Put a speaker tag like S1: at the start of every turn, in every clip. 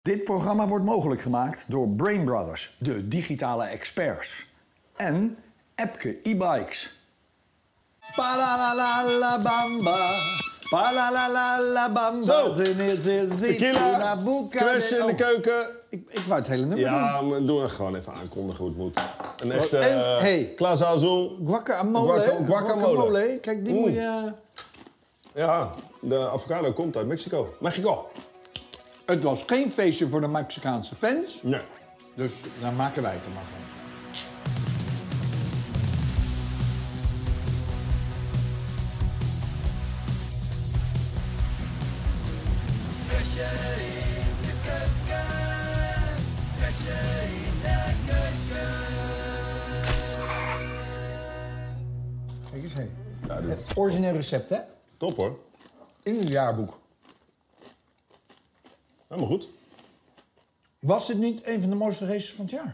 S1: Dit programma wordt mogelijk gemaakt door Brain Brothers, de digitale experts. En Epke e-bikes. Palalalabamba, palalalabamba.
S2: Zo, tequila, crash in de keuken.
S1: Ik wou het hele nummer doen.
S2: Ja, maar doe het gewoon even aankondigen hoe het moet. Een echte Clase Azul.
S1: Guacamole. Kijk, die moet je...
S2: Ja, de avocado komt uit Mexico. Mexico.
S1: Het was geen feestje voor de Mexicaanse fans.
S2: Nee.
S1: Dus daar maken wij het er maar van. Kijk eens, hé.
S2: Ja, dit is
S1: Het origineel recept, hè?
S2: top, hoor.
S1: In het jaarboek.
S2: Helemaal goed.
S1: Was dit niet een van de mooiste races van het jaar?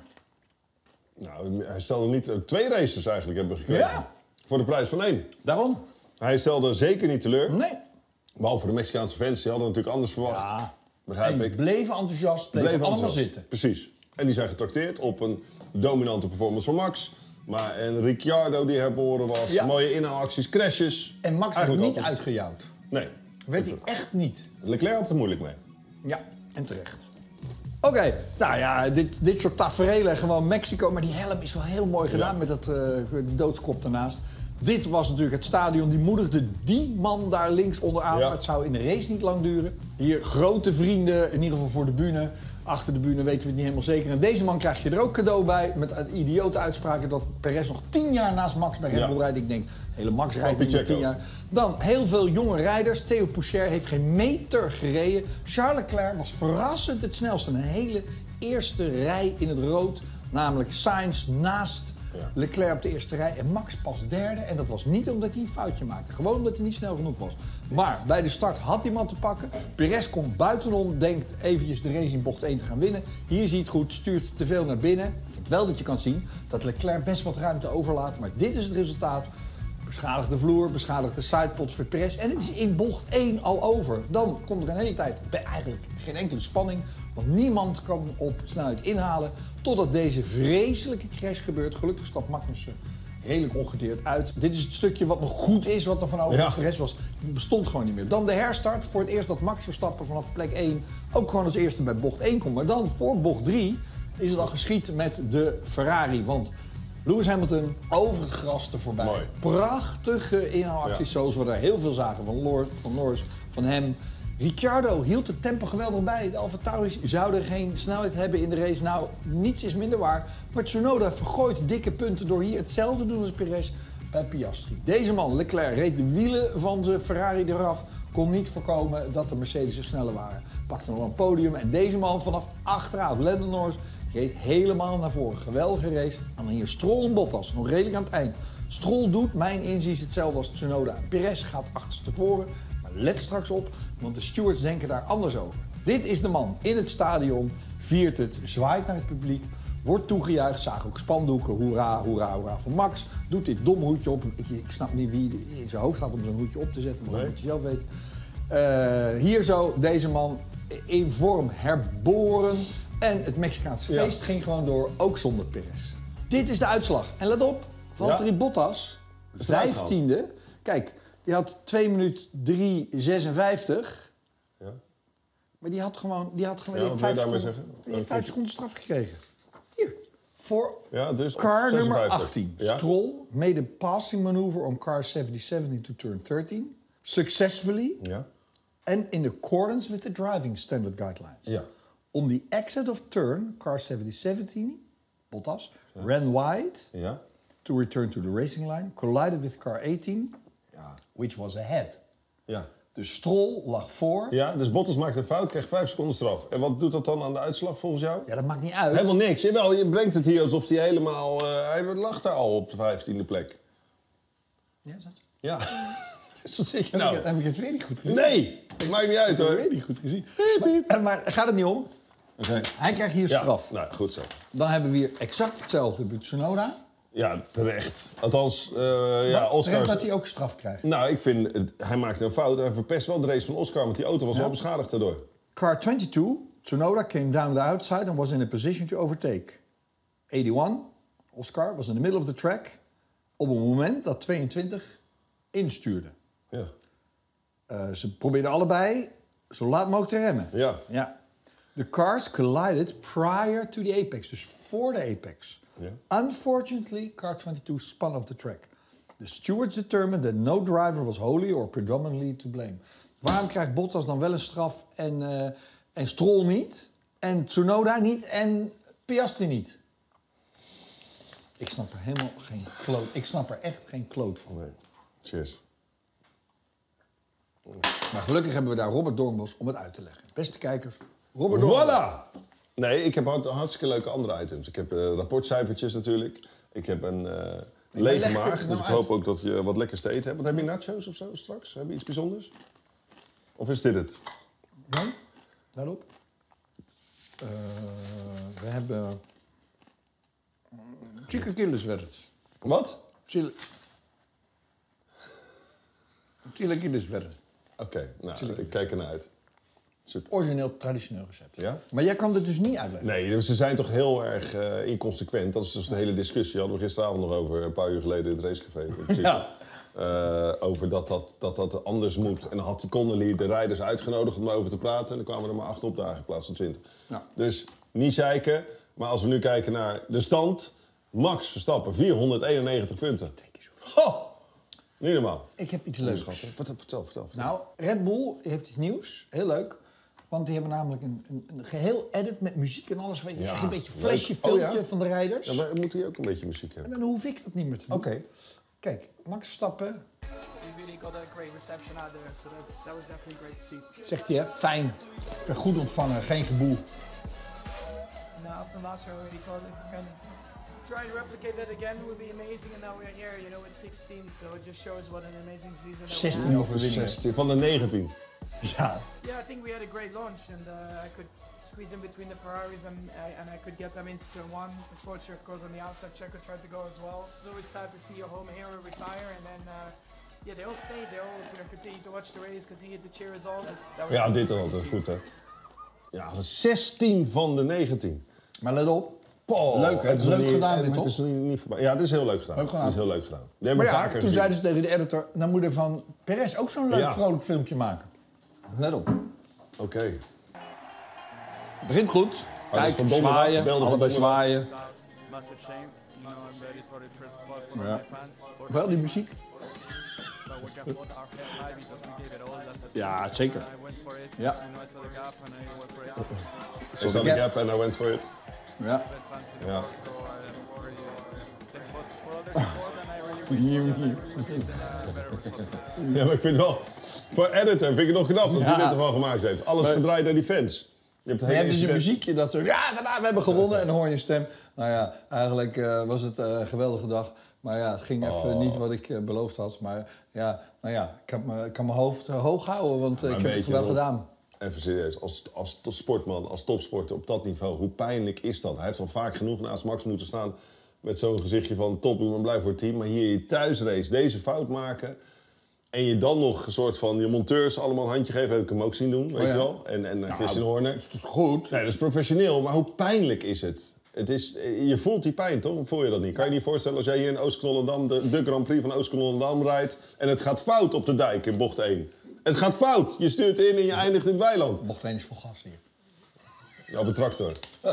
S2: Nou, hij stelde niet... 2 races eigenlijk hebben we gekregen.
S1: Ja.
S2: Voor de prijs van 1.
S1: Daarom?
S2: Hij stelde zeker niet teleur.
S1: Nee.
S2: Behalve de Mexicaanse fans, die hadden natuurlijk anders verwacht.
S1: Ja.
S2: Begrijp
S1: En
S2: ik.
S1: bleven enthousiast, bleven allemaal
S2: enthousiast.
S1: zitten.
S2: Precies. En die zijn getrakteerd op een dominante performance van Max. Maar en Ricciardo die herboren was.
S1: Ja.
S2: Mooie inhaalacties, crashes.
S1: En Max werd
S2: Eigenlijk
S1: niet
S2: altijd-
S1: uitgejouwd.
S2: Nee.
S1: Werd hij echt niet.
S2: Leclerc had er moeilijk mee.
S1: Ja, en terecht. Oké, nou ja, dit soort tafereelen, gewoon Mexico. Maar die helm is wel heel mooi gedaan met dat doodskop ernaast. Dit was natuurlijk het stadion, die moedigde die man daar links onderaan.
S2: Ja.
S1: Maar het zou in de race niet lang duren. Hier grote vrienden, in ieder geval voor de bühne. Achter de bühne weten we het niet helemaal zeker. En deze man krijg je er ook cadeau bij. Met idiote uitspraken dat Perez nog 10 jaar naast Max bij Red Bull rijdt. Ik denk, hele Max rijdt niet meer 10 jaar. Dan heel veel jonge rijders. Theo Pourchaire heeft geen meter gereden. Charles Leclerc was verrassend het snelste. Een hele eerste rij in het rood. Namelijk Sainz naast Leclerc op de eerste rij. En Max pas derde. En dat was niet omdat hij een foutje maakte. Gewoon omdat hij niet snel genoeg was. Maar bij de start had hij iemand te pakken. Perez komt buitenom. Denkt eventjes de race in bocht 1 te gaan winnen. Hier ziet het goed. Stuurt te veel naar binnen. Ik vind wel dat je kan zien dat Leclerc best wat ruimte overlaat. Maar dit is het resultaat. Beschadigde vloer, beschadigde sidepods voor Perez. En het is in bocht 1 al over. Dan komt er een hele tijd bij eigenlijk geen enkele spanning. Want niemand kan op snelheid inhalen. Totdat deze vreselijke crash gebeurt. Gelukkig stapt Magnussen redelijk ongedeerd uit. Dit is het stukje wat nog goed is, wat er van over is. De rest bestond gewoon niet meer. Dan de herstart. Voor het eerst dat Max Verstappen vanaf plek 1 ook gewoon als eerste bij bocht 1 komt. Maar dan voor bocht 3 is het al geschied met de Ferrari. Want Lewis Hamilton over het gras er voorbij.
S2: Mooi.
S1: Prachtige inhaalacties, zoals we er heel veel zagen van Norris, van hem. Ricciardo hield het tempo geweldig bij. De AlphaTauris zouden geen snelheid hebben in de race. Nou, niets is minder waar. Maar Tsunoda vergooit dikke punten door hier hetzelfde te doen als Perez bij Piastri. Deze man, Leclerc, reed de wielen van zijn Ferrari eraf. Kon niet voorkomen dat de Mercedes sneller waren. Pakte nog een podium. En deze man vanaf achteraan, Lando Norris, reed helemaal naar voren. Geweldige race. En dan hier Stroll en Bottas, nog redelijk aan het eind. Stroll doet, mijn inziens, hetzelfde als Tsunoda. Perez gaat achterstevoren. Maar let straks op, want de stewards denken daar anders over. Dit is de man in het stadion, viert het, zwaait naar het publiek, wordt toegejuicht. Zag ook spandoeken, hoera, hoera, hoera van Max. Doet dit dom hoedje op. Ik snap niet wie in zijn hoofd had om zo'n hoedje op te zetten, maar dat moet je zelf weten. Hier zo, deze man in vorm herboren. En het Mexicaanse feest ging gewoon door, ook zonder Perez. Dit is de uitslag. En let op, Valtteri Bottas, 15e. Kijk, die had 2 minuten 3:56.
S2: Ja.
S1: Maar die had gewoon
S2: wat wil je daarmee zeggen?
S1: Die heeft 5 seconden straf gekregen. Hier. Voor
S2: dus
S1: car
S2: 56.
S1: nummer 18.
S2: Ja.
S1: Stroll made a passing maneuver on car 77 into turn 13. Successfully.
S2: Ja.
S1: And in accordance with the driving standard guidelines.
S2: Ja.
S1: On the exit of turn, car 17, Bottas, ran wide to return to the racing line, collided with car 18, which was ahead.
S2: Ja.
S1: Dus Stroll lag voor.
S2: Ja, dus Bottas maakte een fout, kreeg 5 seconden straf. En wat doet dat dan aan de uitslag volgens jou?
S1: Ja, dat maakt niet uit.
S2: Helemaal niks. Jawel, je brengt het hier alsof hij helemaal... hij lag daar al op de 15e plek.
S1: Ja, is dat?
S2: Ja. Dus wat zit je nou?
S1: Heb ik het weer niet goed gezien?
S2: Nee, dat maakt niet uit hoor.
S1: Weer niet goed gezien. Maar gaat het niet om?
S2: Okay.
S1: Hij krijgt hier straf.
S2: Nou, goed zo.
S1: Dan hebben we hier exact hetzelfde bij Tsunoda.
S2: Ja, terecht. Althans,
S1: Oscar...
S2: Terecht
S1: dat hij ook straf krijgt.
S2: Nou, ik vind... hij maakte een fout en verpest wel de race van Oscar, want die auto was wel beschadigd daardoor.
S1: Car 22, Tsunoda came down the outside and was in a position to overtake. 81, Oscar, was in the middle of the track op een moment dat 22 instuurde.
S2: Ja.
S1: Ze probeerden allebei zo laat mogelijk te remmen.
S2: Ja.
S1: The cars collided prior to the apex, dus voor de apex.
S2: Ja.
S1: Unfortunately, car 22 spun off the track. The stewards determined that no driver was wholly or predominantly to blame. Waarom krijgt Bottas dan wel een straf en Stroll niet? En Tsunoda niet en Piastri niet? Ik snap er helemaal geen kloot. Ik snap er echt geen kloot van.
S2: Nee. Cheers.
S1: Maar gelukkig hebben we daar Robert Doornbos om het uit te leggen. Beste kijkers, Robert Doornbos.
S2: Voilà! Nee, ik heb hartstikke leuke andere items. Ik heb rapportcijfertjes natuurlijk. Ik heb een lege maag, dus ik hoop ook dat je wat lekkers te eten hebt. Wat heb je, nachos of zo straks? Heb je iets bijzonders? Of is dit het?
S1: Dan? Daarop? We hebben... Chicken werd.
S2: Wat?
S1: Chicken werd.
S2: Oké, nou, ik kijk ernaar uit. Super.
S1: Origineel, traditioneel recept.
S2: Ja?
S1: Maar jij kan het dus niet uitleggen.
S2: Nee, dus ze zijn toch heel erg inconsequent. Dat is dus de hele discussie. Hadden we gisteravond nog over, een paar uur geleden in het racecafé.
S1: Ja.
S2: Over dat anders moet. En dan had die Connolly de rijders uitgenodigd om erover te praten. En dan kwamen er maar 8 opdagen in plaats van 20.
S1: Ja.
S2: Dus niet zeiken. Maar als we nu kijken naar de stand. Max Verstappen, 491 punten. Ho! Niet normaal.
S1: Ik heb iets leuks.
S2: Vertel.
S1: Nou, Red Bull heeft iets nieuws. Heel leuk. Want die hebben namelijk een geheel edit met muziek en alles. Weet je, echt een beetje flesje, filmpje van de rijders.
S2: Ja, maar moet hij ook een beetje muziek hebben?
S1: En dan hoef ik dat niet meer te doen.
S2: Oké.
S1: Kijk, Max Verstappen.
S3: We really got a great reception out there, so that was definitely great to see.
S1: Zegt hij, hè? Fijn. Ik ben goed ontvangen, geen geboel.
S3: Now after last year, we thought if we can try and replicate that again would be amazing. And now we're here, you know, at 16, so it just shows what an amazing season.
S1: 16 overwinningen.
S2: 16 van de 19.
S1: Ja.
S3: Yeah, I think we had a great launch, and I could squeeze in between the Ferraris, and I could get them into turn 1. Unfortunately, of course, on the outside, Checo tried to go as well. It's always sad to see your home hero retire, and then yeah, they all stayed. They all continued to watch the race, continued to cheer us on.
S2: Ja, dit is altijd goed, hè? Ja, 16 van de 19.
S1: Maar let op.
S2: Poh,
S1: Leuk, hè? Het is leuk gedaan, dit, toch?
S2: Het is niet voorbij. Ja, het is heel leuk gedaan.
S1: Leuk gedaan.
S2: Het is heel leuk gedaan. Die
S1: Maar
S2: hebben we
S1: ja,
S2: vaker
S1: toen
S2: gezien.
S1: zeiden ze tegen de editor... dan moet er van Perez ook zo'n leuk, vrolijk filmpje maken. Let op.
S2: Oké.
S1: Het begint goed. Kijk,
S2: van donderdag,
S1: zwaaien,
S2: beelden van
S1: allebei
S2: donderdag.
S1: zwaaien.
S4: Massive shame. You know, I'm very sorry first of all for
S1: Ja.
S4: my fans.
S1: Wel die muziek.
S4: But we can put our head high because we gave it all. That's it.
S1: Ja, zeker.
S4: I went for it.
S1: Ja.
S4: You know, I saw the gap and I went for it.
S2: I saw the gap and I went for it.
S1: Ja.
S4: Best fans in the
S2: Ja.
S4: world, so I really thank for all their support and I really wish them better results.
S2: Ja, maar ik vind wel... Voor editor vind ik het nog knap dat hij dit ervan gemaakt heeft. Alles gedraaid naar die fans. Je hebt het
S1: Dan
S2: hele
S1: hebben ze een
S2: incident-
S1: muziekje dat ze... Ja, daarna, we hebben gewonnen. En dan hoor je een stem. Nou ja, eigenlijk was het een geweldige dag. Maar ja, het ging even niet wat ik beloofd had. Maar ja, nou ja, ik kan mijn hoofd hoog houden. Want ik heb
S2: weet
S1: het
S2: je
S1: wel
S2: wel,
S1: gedaan.
S2: Even serieus, als sportman, als topsporter op dat niveau, hoe pijnlijk is dat? Hij heeft al vaak genoeg naast Max moeten staan met zo'n gezichtje van top, ik ben blij voor het team. Maar hier je thuisrace deze fout maken en je dan nog een soort van je monteurs allemaal een handje geven, heb ik hem ook zien doen, weet
S1: ja.
S2: je wel? En Christian Horner.
S1: Dat is goed.
S2: Nee, dat is professioneel, maar hoe pijnlijk is het? Je voelt die pijn, toch? Of voel je dat niet? Kan je je niet voorstellen als jij hier in Oost-Knollendam de Grand Prix van Oost-Knollendam rijdt en het gaat fout op de dijk in bocht 1? Het gaat fout. Je stuurt in en je eindigt in het weiland.
S1: Mocht eens voor gas hier.
S2: Ja, op een tractor.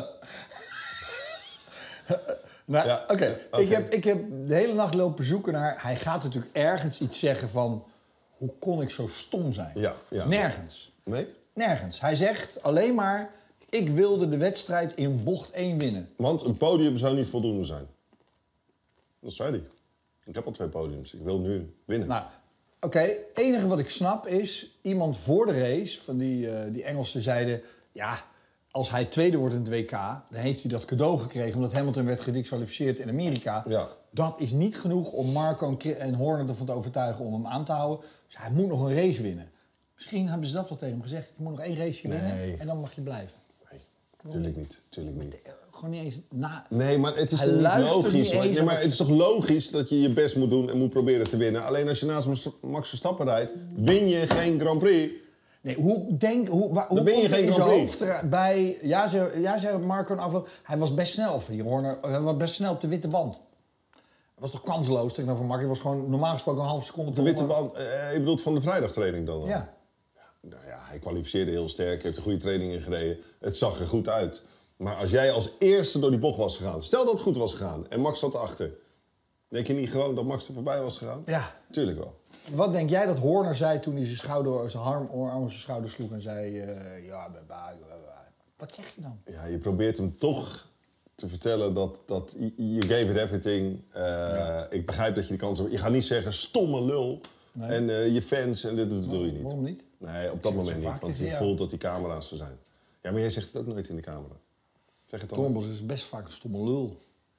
S1: Nou,
S2: Ja,
S1: oké.
S2: oké.
S1: Ik heb de hele nacht lopen zoeken naar... Hij gaat natuurlijk ergens iets zeggen van... Hoe kon ik zo stom zijn?
S2: Ja.
S1: Nergens.
S2: Nee?
S1: Nergens. Hij zegt alleen maar... Ik wilde de wedstrijd in bocht 1 winnen.
S2: Want een podium zou niet voldoende zijn. Dat zei hij. Ik heb al 2 podiums. Ik wil nu winnen.
S1: Nou, oké. Het enige wat ik snap is... Iemand voor de race, van die Engelsen, zeiden... Ja, als hij tweede wordt in het WK... dan heeft hij dat cadeau gekregen... omdat Hamilton werd gedisqualificeerd in Amerika.
S2: Ja.
S1: Dat is niet genoeg om Marco en Horner ervan te overtuigen... om hem aan te houden. Dus hij moet nog een race winnen. Misschien hebben ze dat wel tegen hem gezegd. Je moet nog 1 race winnen
S2: Nee.
S1: en dan mag je blijven.
S2: Nee, tuurlijk niet. Tuurlijk niet.
S1: Gewoon niet eens na...
S2: Nee, maar het is
S1: Hij
S2: toch niet
S1: luistert
S2: logisch?
S1: niet eens
S2: Nee,
S1: op
S2: maar
S1: wat
S2: het is toch logisch dat je je best moet doen en moet proberen te winnen? Alleen als je naast Max Verstappen rijdt, win je geen Grand Prix.
S1: Nee, hoe
S2: ben je
S1: komt
S2: geen
S1: er in zijn
S2: Grand
S1: hoofd bij... Ja, zei Marco in de afloop. Hij was best snel voor die Horner. Hij was best snel op de witte band. Hij was toch kansloos tegenover Marco. Hij was gewoon normaal gesproken een halve seconde op
S2: De witte band, je bedoelt van de vrijdagtraining dan?
S1: Ja.
S2: Nou ja, hij kwalificeerde heel sterk, heeft een goede training ingereden. Het zag er goed uit. Maar als jij als eerste door die bocht was gegaan... Stel dat het goed was gegaan en Max zat erachter. Denk je niet gewoon dat Max er voorbij was gegaan?
S1: Ja.
S2: Tuurlijk wel.
S1: Wat denk jij dat Horner zei toen hij zijn arm op zijn schouder sloeg en zei... Wat zeg je dan?
S2: Ja, je probeert hem toch te vertellen dat you gave it everything. Ik begrijp dat je die kans hebt. Je gaat niet zeggen stomme lul. Nee. En je fans en dit doe je niet.
S1: Waarom niet?
S2: Nee, op dat moment niet. Want je voelt dat die camera's er zijn. Ja, maar jij zegt het ook nooit in de camera. Zeg het dan.
S1: Tornbos is best vaak een stomme lul.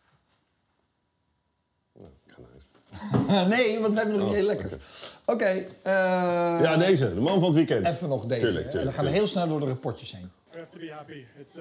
S2: Nou, ik ga naar huis.
S1: Nee, want we hebben nog iets heel lekker. Oké.
S2: Ja, deze. De man van het weekend.
S1: Even nog deze.
S2: Tuurlijk.
S1: Dan gaan we heel snel door de rapportjes heen.
S5: We have to be happy. It's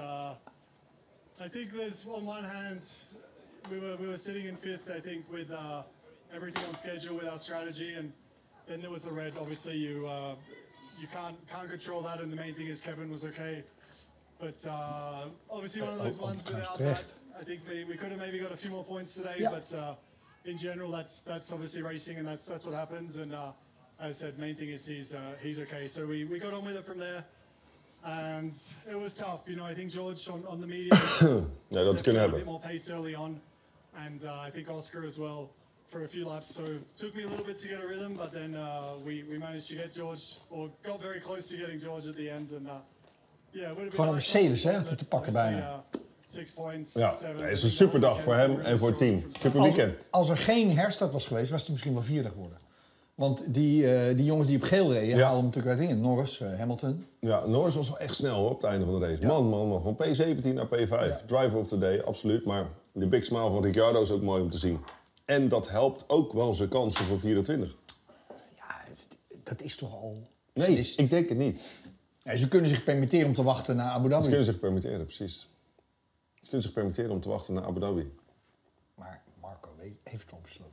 S5: I think there's on one hand we were sitting in fifth. I think with everything on schedule with our strategy, and then there was the red. Obviously, you can't control that, and the main thing is Kevin was okay. But obviously, one of those ones without that, I think we could have maybe got a few more points today. Yeah. But in general, that's obviously racing, and that's what happens. And as I said, main thing is he's okay. So we got on with it from there. And it was tough, you know. I think George on the medium
S2: ja, dat kunnen
S5: a
S2: hebben.
S5: bit more pace early on, and I think Oscar as well for a few laps. So it took me a little bit to get a rhythm, but then we managed to get George, or got very close to getting George at the end, and yeah, it would have been
S1: gewoon een Mercedes, hè, te pakken bijna.
S5: 6 points.
S2: Ja, het is een superdag voor hem en voor het team. Super weekend.
S1: Als er geen herstart was geweest, was hij misschien wel vierde geworden. Want die jongens die op geel reden, haalden natuurlijk uit in. Norris, Hamilton.
S2: Ja, Norris was wel echt snel hoor, op het einde van de race. Ja. Man. Van P17 naar P5. Ja. Driver of the day, absoluut. Maar de big smile van Ricciardo is ook mooi om te zien. En dat helpt ook wel zijn kansen voor 24.
S1: Ja, dat is toch al...
S2: Nee,
S1: beslist.
S2: Ik denk het niet.
S1: Ja, ze kunnen zich permitteren om te wachten naar Abu Dhabi.
S2: Ze kunnen zich permitteren, precies. Ze kunnen zich permitteren om te wachten naar Abu Dhabi.
S1: Maar Marco heeft het al besloten.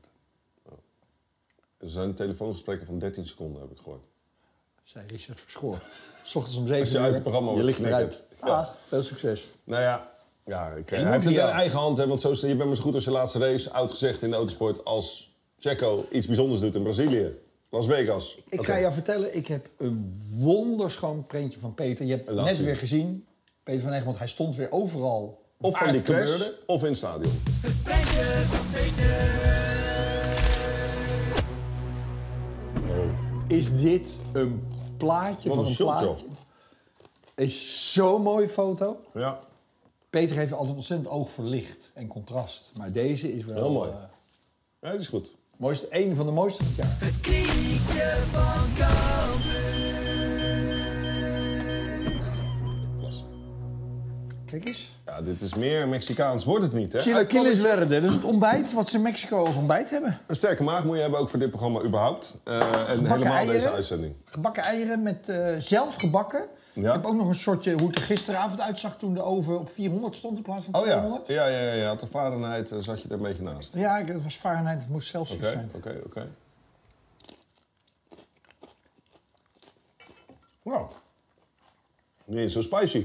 S2: Er zijn telefoongesprekken van 13 seconden, heb ik gehoord.
S1: Zei Richard Verschoor. 's Ochtends om 7 uur.
S2: Als je uit het programma
S1: je ligt
S2: knikken.
S1: eruit. Ja, veel succes.
S2: Nou ja, hij heeft het in eigen hand. Hè, want je bent maar zo goed als je laatste race, oud gezegd in de autosport, als Checo iets bijzonders doet in Brazilië. Las Vegas.
S1: Ik ga jou vertellen, ik heb een wonderschoon prentje van Peter. Je hebt net weer gezien, Peter van Egmond, hij stond weer overal.
S2: Of van die crash, of in het stadion.
S6: Het prentje van Peter.
S1: Is dit een plaatje
S2: Wat
S1: van een
S2: shot,
S1: plaatje?
S2: Joh.
S1: Is zo'n mooie foto.
S2: Ja.
S1: Peter heeft altijd ontzettend oog voor licht en contrast. Maar deze is wel...
S2: Heel mooi. Ja, die is goed.
S1: Een van de mooiste van het jaar.
S6: Het kriekje van Cambuur.
S2: Klas.
S1: Kijk eens.
S2: Ja, dit is meer Mexicaans. Wordt het niet, hè?
S1: Chilaquiles verde. Dus het ontbijt wat ze in Mexico als ontbijt hebben.
S2: Een sterke maag moet je hebben, ook voor dit programma überhaupt. En helemaal
S1: eieren.
S2: deze uitzending.
S1: Gebakken eieren met zelf gebakken.
S2: Ja.
S1: Ik heb ook nog een soortje hoe het er gisteravond uitzag toen de oven op 400 stond in plaats van 200.
S2: Ja. De Fahrenheit zat je er een beetje naast.
S1: Ja, het was Fahrenheit, het moest Celsius zijn.
S2: Oké. Nou. Niet eens zo spicy.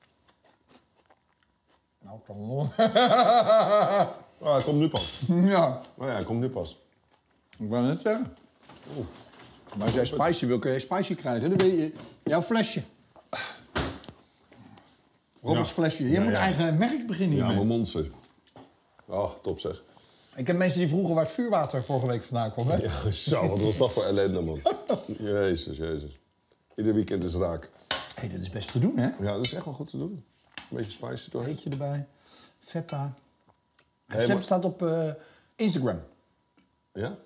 S1: Nou, kan nog.
S2: Hij komt nu pas.
S1: Ja.
S2: Oh ja, hij komt nu pas.
S1: Ik wou net zeggen. Maar als jij spicy wil, kun je spicy krijgen. Dan weet je, jouw flesje. Roberts flesje. Je moet eigen merk beginnen
S2: Ja,
S1: hiermee.
S2: mijn monster. Ach, top zeg.
S1: Ik heb mensen die vroegen waar het vuurwater vorige week vandaan kwam. Hè?
S2: Ja, zo, wat was dat voor ellende, man. Jezus. Ieder weekend is raak.
S1: Hey, dit is best te doen, hè?
S2: Ja, dat is echt wel goed te doen. Een beetje spicy doorheen.
S1: Eetje erbij. Feta. Het
S2: Hey,
S1: recept
S2: maar-
S1: staat op Instagram.
S2: Ja?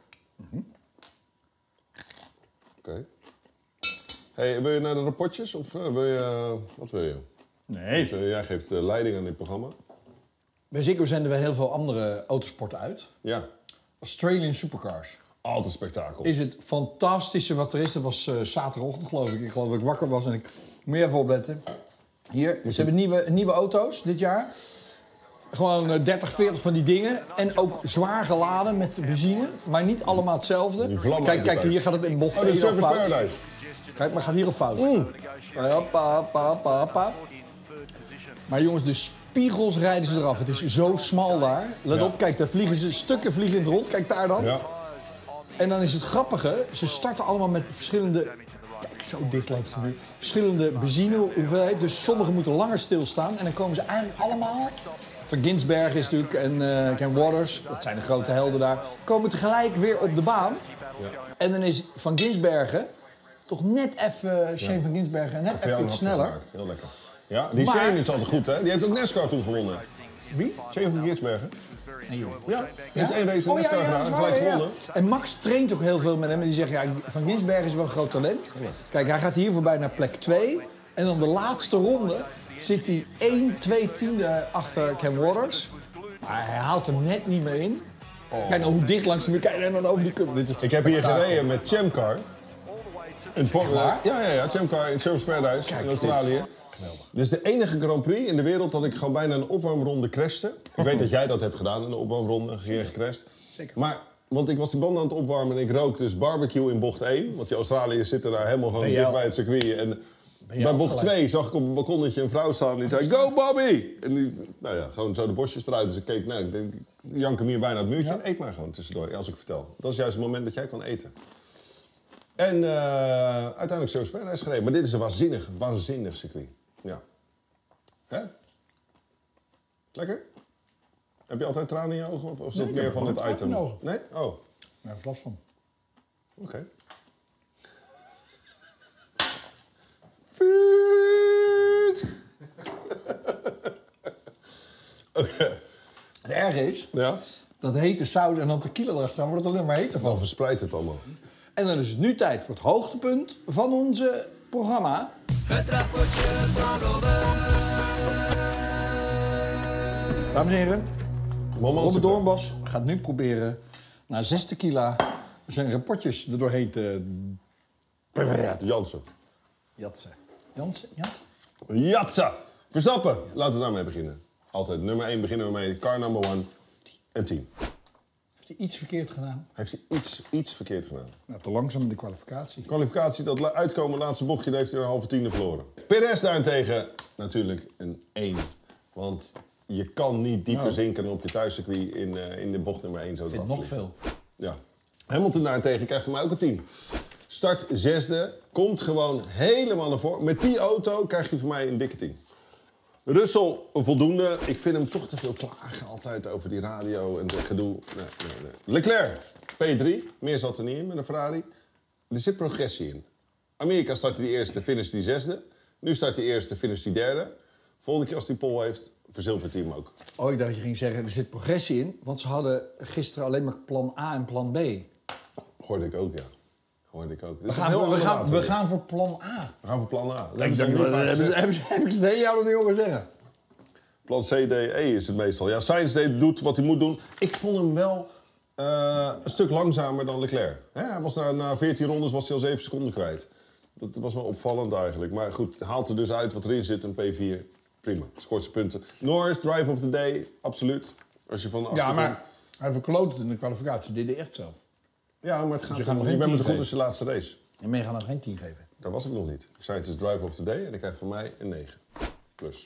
S2: Oké. Hey, wil je naar de rapportjes of wil je... wat wil je?
S1: Nee.
S2: Want, jij geeft leiding aan dit programma.
S1: Bij Ziggo zenden we heel veel andere autosporten uit.
S2: Ja.
S1: Australian Supercars.
S2: Altijd spektakel.
S1: Is het fantastische wat er is. Dat was zaterdagochtend, geloof ik. Ik geloof dat ik wakker was en ik moet je even opletten. Hier, ze hebben nieuwe auto's dit jaar. Gewoon 30, 40 van die dingen. En ook zwaar geladen met benzine. Maar niet allemaal hetzelfde.
S2: Die vlammen
S1: Kijk,
S2: uit elkaar.
S1: hier gaat het in bocht.
S2: Oh, de
S1: 1 al
S2: Surfers
S1: fout.
S2: Paradise.
S1: Kijk, maar gaat hier op fout. Hoppa, hoppa, hoppa, hoppa. Maar jongens, de spiegels rijden ze eraf. Het is zo smal daar. Let op, kijk, daar vliegen ze stukken vliegen in het rond. Kijk daar dan.
S2: Ja.
S1: En dan is het grappige, ze starten allemaal met verschillende... Kijk, zo dicht langs de muur. Verschillende benzinehoeveelheid. Dus sommige moeten langer stilstaan. En dan komen ze eigenlijk allemaal... Van Ginsberg is natuurlijk en Ken Waters, dat zijn de grote helden daar, komen tegelijk weer op de baan. Ja. En dan is Van Ginsbergen toch net even, Shane van Ginsbergen, net even iets sneller.
S2: Gemaakt. Heel lekker. Ja, die Shane is altijd goed, hè? Die heeft ook NASCAR toen gewonnen.
S1: Wie?
S2: Shane van Ginsbergen.
S1: Nee, joh.
S2: Ja, die heeft 1 race in NASCAR gedaan en gelijk gewonnen.
S1: En Max traint ook heel veel met hem en die zegt, ja, Van Ginsbergen is wel een groot talent. Kijk, hij gaat hier voorbij naar plek 2 en dan de laatste ronde zit hij 1/2 achter Ken Waters. Maar hij haalt hem net niet meer in. Kijk nou hoe dicht langs de muur. Kijk en dan over die cup.
S2: Ik heb hier gereden met Chamcar. Ja, Chamcar in Surfers Paradise in Australië. Dit is de enige Grand Prix in de wereld dat ik gewoon bijna een opwarmronde crashte. Ik weet dat jij dat hebt gedaan, een opwarmronde, gecrashed.
S1: Zeker.
S2: Maar, want ik was de band aan het opwarmen en ik rook dus barbecue in bocht 1. Want die Australiërs zitten daar helemaal gewoon dicht bij het circuit. En bij bocht 2 zag ik op een balkonnetje een vrouw staan die zei, go Bobby! En die, nou ja, gewoon zo de bosjes eruit. Dus ik keek, nou, ik denk, jank hem hier bijna het muurtje. Ja. Eet maar gewoon tussendoor, als ik vertel. Dat is juist het moment dat jij kan eten. En uiteindelijk Surfers Paradise gereden. Maar dit is een waanzinnig circuit. Ja. Hè? Lekker? Heb je altijd tranen in je ogen? Of is dat meer van het item? Nee? Oh.
S1: Daar heb ik last van.
S2: Oké. Vuut! Oké.
S1: Het erge is,
S2: Ja?
S1: dat hete saus en dan tequila erachteraan wordt het alleen maar heter van.
S2: Dan verspreidt het allemaal.
S1: En dan is het nu tijd voor het hoogtepunt van onze programma.
S6: Het rapportje van Robert.
S1: Dames en heren,
S2: Mama,
S1: Robert Doornbos gaat nu proberen na 6 tequila zijn rapportjes er doorheen te praten.
S2: Jansen.
S1: Jatsen. Jansen?
S2: Jatsa! Verstappen! Laten we daarmee beginnen. Altijd nummer 1 beginnen we mee. Car number 1 en team.
S1: Heeft hij iets verkeerd gedaan?
S2: Heeft hij iets verkeerd gedaan?
S1: Nou, te langzaam in de kwalificatie.
S2: Kwalificatie, dat uitkomen laatste bochtje, heeft hij een halve tiende verloren. Perez daarentegen natuurlijk een 1. Want je kan niet dieper zinken dan op je thuiscircuit in de bocht nummer 1 zo
S1: Ik vind nog veel.
S2: Ja. Hamilton daarentegen krijgt van mij ook een 10. Start 6e, komt gewoon helemaal naar voren. Met die auto krijgt hij van mij een dikke 10. Russell voldoende. Ik vind hem toch te veel klagen altijd over die radio en het gedoe. Nee. Leclerc, P3. Meer zat er niet in met een Ferrari. Er zit progressie in. Amerika start die eerste, finish die 6e. Nu start die eerste, finish die 3e. Volgende keer als die pole heeft, verzilvert hij hem ook.
S1: Oh, ik dacht dat je ging zeggen, er zit progressie in. Want ze hadden gisteren alleen maar plan A en plan B.
S2: Hoorde ik ook, ja. Hoorde ik ook.
S1: We gaan voor plan A.
S2: We gaan voor plan A.
S1: Heb ik het hele jaar nog niet horen zeggen.
S2: Plan C, D, E is het meestal. Ja, Sainz doet wat hij moet doen. Ik vond hem wel een stuk langzamer dan Leclerc. Hè, hij was na 14 rondes was hij al 7 seconden kwijt. Dat was wel opvallend eigenlijk. Maar goed, haalt er dus uit wat erin zit, een P4. Prima, scoort zijn punten. Norris, drive of the day, absoluut. Als je van achter
S1: Ja, maar hij verkloot het in de kwalificatie. Dit deed hij echt zelf.
S2: Ja, maar het gaat
S1: je gaat nog
S2: je
S1: geen
S2: bent maar zo
S1: 10
S2: goed als je laatste race.
S1: En mee gaan nog geen 10 geven.
S2: Daar was ik nog niet. Ik zei het is drive of the day en ik krijg van mij een 9. Plus.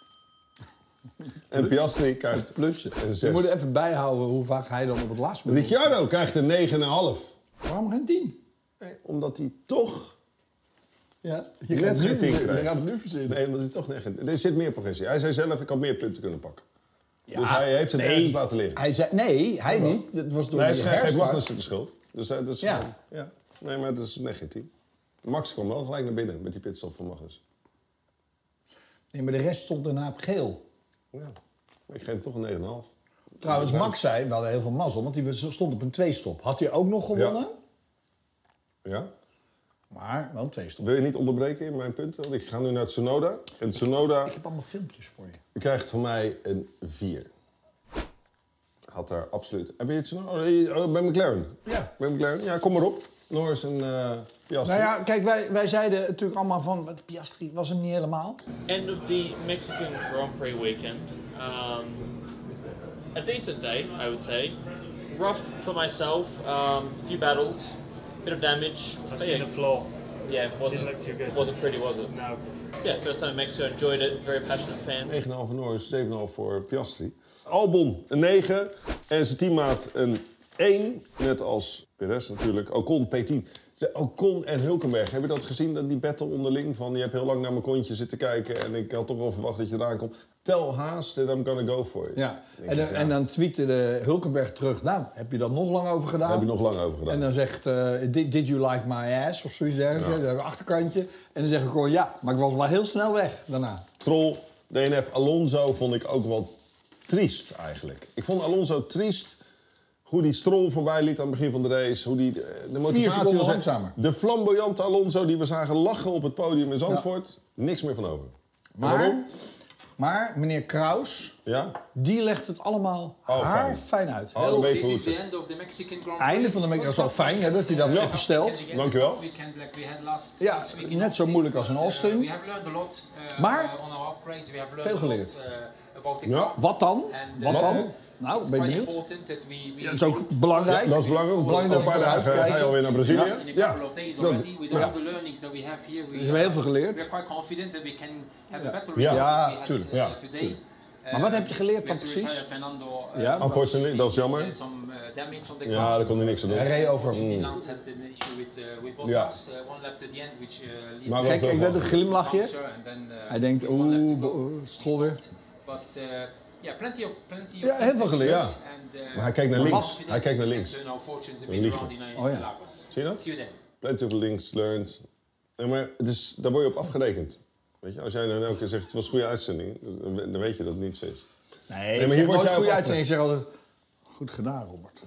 S2: En Piastri krijgt
S1: Plusje.
S2: een 6.
S1: Je moet er even bijhouden hoe vaak hij dan op het laatste moment...
S2: Ricciardo krijgt een 9,5.
S1: Waarom geen 10?
S2: Nee, omdat hij toch
S1: Ja,
S2: net geen 10 krijgt.
S1: Je gaat het nu verzinnen.
S2: Nee, omdat hij toch net geen... Er zit meer progressie. Hij zei zelf, ik had meer punten kunnen pakken. Ja, dus hij heeft het ergens laten liggen.
S1: Hij zei, nee, hij niet. Het was door
S2: Nee, hij
S1: die
S2: geeft
S1: herstart.
S2: Magnussen de schuld. Dus dat is
S1: Ja.
S2: gewoon- ja. Nee, maar dat is net geen 10. Max kwam wel gelijk naar binnen met die pitstop van Magnus.
S1: Nee, maar de rest stond daarna op geel.
S2: Ja. Maar ik geef hem toch een 9,5.
S1: Trouwens, Max zei, we hadden heel veel mazzel, want hij stond op een 2-stop. Had hij ook nog gewonnen?
S2: Ja?
S1: Maar wel een 2-stop.
S2: Wil je niet onderbreken in mijn punten? Want ik ga nu naar Tsunoda. En Tsunoda
S1: Ik heb allemaal filmpjes voor je.
S2: krijgt van mij een 4. Had daar absoluut... Heb je Tsunoda? Bij McLaren?
S1: Ja.
S2: Bij McLaren? Ja, kom maar op. Norris en Piastri.
S1: Nou ja, kijk, wij zeiden natuurlijk allemaal van, Piastri was hem niet helemaal.
S7: End of the Mexican Grand Prix weekend. A decent day, I would say. Rough for myself. Few battles, bit of damage.
S4: I've seen the floor.
S7: yeah,
S3: Didn't look too good.
S7: wasn't pretty, was it?
S3: No.
S7: Yeah, first time in Mexico, enjoyed it. Very passionate fans.
S2: 9,5 voor Norris, 7,5 voor Piastri. Albon een 9 en zijn teammaat een 1. Net als Perez natuurlijk. Ocon P10. Ocon en Hülkenberg, heb je dat gezien? Die battle onderling van je hebt heel lang naar mijn kontje zitten kijken en ik had toch wel verwacht dat je eraan komt. Tell Haas that I'm gonna go for it.
S1: Ja. En dan tweette de Hülkenberg terug. Nou, heb je dat nog lang over gedaan?
S2: Daar heb je nog lang over gedaan.
S1: En dan zegt, did you like my ass? Of zoiets zeggen ze. Dat achterkantje. En dan zeg ik gewoon ja. Maar ik was wel heel snel weg daarna.
S2: Stroll, DNF, Alonso vond ik ook wel triest eigenlijk. Ik vond Alonso triest hoe die Stroll voorbij liet aan het begin van de race. Hoe die de motivatie was.
S1: langzamer.
S2: De flamboyante Alonso die we zagen lachen op het podium in Zandvoort. Niks meer van over. Waarom?
S1: Maar meneer Kraus, die legt het allemaal fijn uit.
S2: Oh, weet hoe
S8: This is the end of the Mexican Grand Prix.
S1: Einde van de Mexican. Dat is wel fijn hè, dat hij dat even stelt.
S2: Dankjewel.
S1: Ja, net zo moeilijk als in Austin.
S8: We have learned a lot,
S1: maar
S8: on our upgrades. We have learned
S1: veel geleerd.
S8: About the
S2: Ja.
S1: Wat dan? Wat dan? Nou,
S8: it's
S1: ben je
S8: very
S1: benieuwd.
S8: important that we
S1: Dat is ook belangrijk.
S2: Ja, dat is belangrijk.
S1: Belangrijk
S2: Over een paar dagen ga je alweer naar Brazilië.
S8: in a couple of days already, with all the learnings that we have here, we
S1: hebben heel veel geleerd.
S8: We are quite confident that we can have a better
S2: Ja.
S8: result
S1: Ja,
S8: than we
S2: tuurlijk.
S8: had
S2: Ja,
S8: today.
S1: Maar wat heb je geleerd
S8: We
S1: dan
S8: had to retire
S1: precies?
S8: Fernando,
S1: Ja.
S2: Unfortunately, dat is jammer.
S8: some damage on the
S2: Ja,
S8: car.
S2: daar kon hij niks aan doen.
S1: Hij reed over.
S8: Lance had an issue with Bottas, one lap to the end, which lead
S2: Maar
S8: to
S1: Kijk, ik net een glimlachje.
S8: puncture and then,
S1: Hij denkt,
S8: with one lap to go,
S1: oeh,
S8: he
S1: Stroll weer.
S8: stopped. But yeah, plenty of
S1: Ja, heel veel geleerd.
S2: Ja.
S8: And,
S2: Maar hij kijkt naar links.
S8: confident
S2: Hij kijkt naar
S8: that,
S2: links.
S8: our fortunes a
S2: Een
S8: bit
S2: liefde.
S8: around in
S1: Oh ja.
S8: Lagos.
S2: Zie je dat?
S8: See you then.
S2: Plenty of links learned. Ja, maar het is, daar word je op afgerekend. Weet je, als jij dan elke keer zegt, het was een goede uitzending, dan weet je dat het niet zo is.
S1: Nee,
S2: maar hier word jij
S1: goede
S2: op
S1: uitzending. Ik zeg altijd, goed gedaan Robert.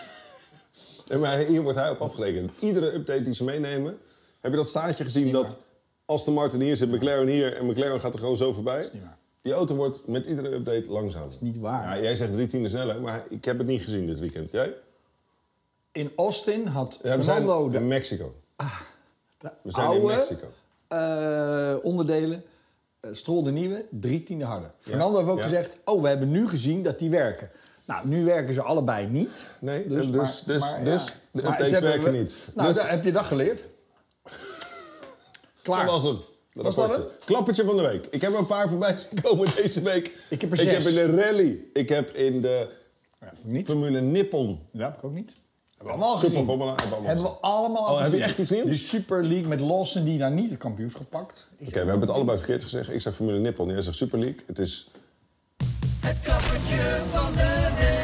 S2: Ja, maar hier wordt hij op afgerekend. Iedere update die ze meenemen, heb je dat staartje gezien dat Aston Martin hier zit, McLaren hier en McLaren gaat er gewoon zo voorbij. Die auto wordt met iedere update langzamer. Dat is
S1: niet waar.
S2: Ja, jij zegt 3 tienden sneller, maar ik heb het niet gezien dit weekend. Jij?
S1: In Austin had
S2: Ja, we
S1: Fernando
S2: zijn
S1: de
S2: in Mexico.
S1: de
S2: We zijn in
S1: oude
S2: Mexico.
S1: onderdelen. Stroll de nieuwe, 3 tienden harder. Fernando heeft ook gezegd, oh, we hebben nu gezien dat die werken. Nou, nu werken ze allebei niet.
S2: Nee,
S1: Dus,
S2: dus de
S1: Maar
S2: updates
S1: ze hebben
S2: werken niet.
S1: Nou,
S2: Dus-
S1: daar heb je dat geleerd. Klaar.
S2: Dat was hem.
S1: Was dat
S2: rapportje. Klappertje van de week. Ik heb er een paar voorbij zien komen deze week.
S1: Ik heb er
S2: Ik
S1: 6.
S2: heb in de rally. Ik heb in de
S1: Niet?
S2: Formule Nippon.
S1: Ja, heb ik ook niet. Hebben we allemaal
S2: Super
S1: gezien.
S2: Formula.
S1: Hebben we allemaal al
S2: Oh, heb je
S1: gezien.
S2: echt iets nieuws?
S1: Die Super League met Lawson die daar niet het kampioenschap pakt.
S2: Oké, we hebben het allebei verkeerd gezegd. Ik zeg Formule Nippon, jij zegt Super League. Het is...
S6: Het klappertje van de week.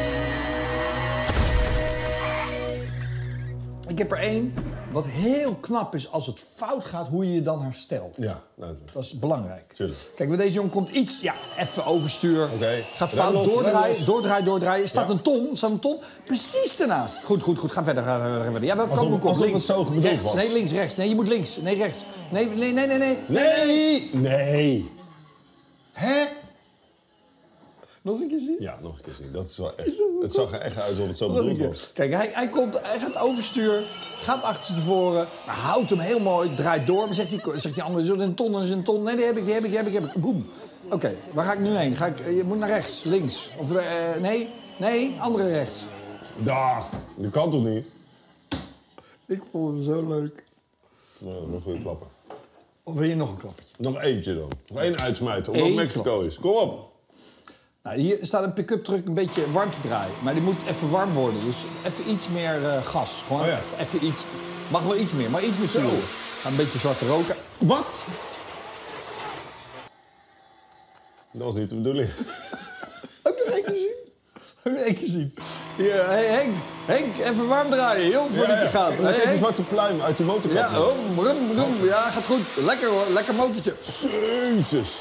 S1: Ik heb er één wat heel knap is als het fout gaat, hoe je je dan herstelt.
S2: Ja, nou,
S1: Dat is belangrijk.
S2: Tuurlijk.
S1: Kijk, bij deze jongen komt iets, ja, even overstuur.
S2: Oké.
S1: Gaat
S2: Rem
S1: fout,
S2: los,
S1: doordraaien,
S2: rem los.
S1: doordraaien. Staat
S2: Ja.
S1: een ton precies ernaast. Goed. Ga verder. Ja, welke
S2: Alsof-
S1: kant moet ik op?
S2: alsof
S1: Links,
S2: het zo bedoeld
S1: rechts.
S2: was.
S1: Nee, links, rechts. Nee, je moet links. Nee, rechts. Nee.
S2: Nee! Hè?
S1: Nog een keer zien?
S2: Ja, nog een keer zien. Dat is wel echt... Het zag er echt uit alsof het zo
S1: Nog een
S2: bedoeld
S1: keer.
S2: was.
S1: Kijk, hij gaat overstuur, gaat achter tevoren, maar houdt hem heel mooi, draait door. Maar zegt die andere, is er een ton, is een ton? Nee, die heb ik. Boem. Oké, waar ga ik nu heen? Je moet naar rechts, links. Of nee, andere rechts.
S2: Dag! Nu kan toch niet?
S1: Ik vond het zo leuk.
S2: Nou, dat is een goede klapper.
S1: Of wil je nog een klappertje?
S2: Nog eentje dan. Nog één uitsmijten, omdat
S1: Eén
S2: het Mexico is. Kom op!
S1: Nou, hier staat een pick-up truck een beetje warm te draaien. Maar die moet even warm worden. Dus even iets meer gas. Gewoon
S2: Oh ja.
S1: even iets. Mag wel iets meer, maar iets meer zuur. Ga een beetje zwarte roken.
S2: Wat? Dat was niet de bedoeling.
S1: Ook nog één keer zien. Hier, hey, Henk, even warm draaien, joh, voordat je gaat.
S2: Kijk,
S1: Hey,
S2: even een
S1: Henk.
S2: zwarte pluim uit die motorkap.
S1: Ja, brum. Ja, gaat goed. Lekker hoor, lekker motortje.
S2: Jezus!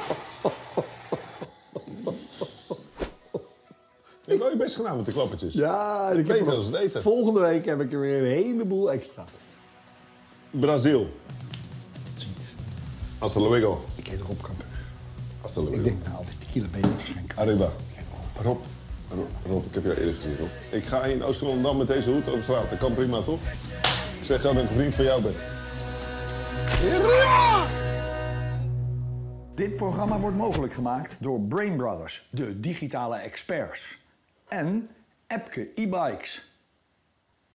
S2: Je hebt wel je best gedaan met de klappertjes.
S1: Ja, ik heb
S2: Beter
S1: er-
S2: als het eten.
S1: Volgende week heb ik er weer een heleboel extra.
S2: Brazil. Hasta luego.
S1: Ik heet Rob Kamper.
S2: Hasta luego.
S1: Ik denk, nou, al die tequila ben je niet verschenken.
S2: Arriba. Rob, ik heb jou eerder gezien, Rob. Ik ga in Oost-Rotterdam met deze hoed over straat. Dat kan prima, toch? Ik zeg gewoon dat ik een vriend van jou ben.
S1: Dit programma wordt mogelijk gemaakt door Brain Brothers, de digitale experts. En Epke e-bikes.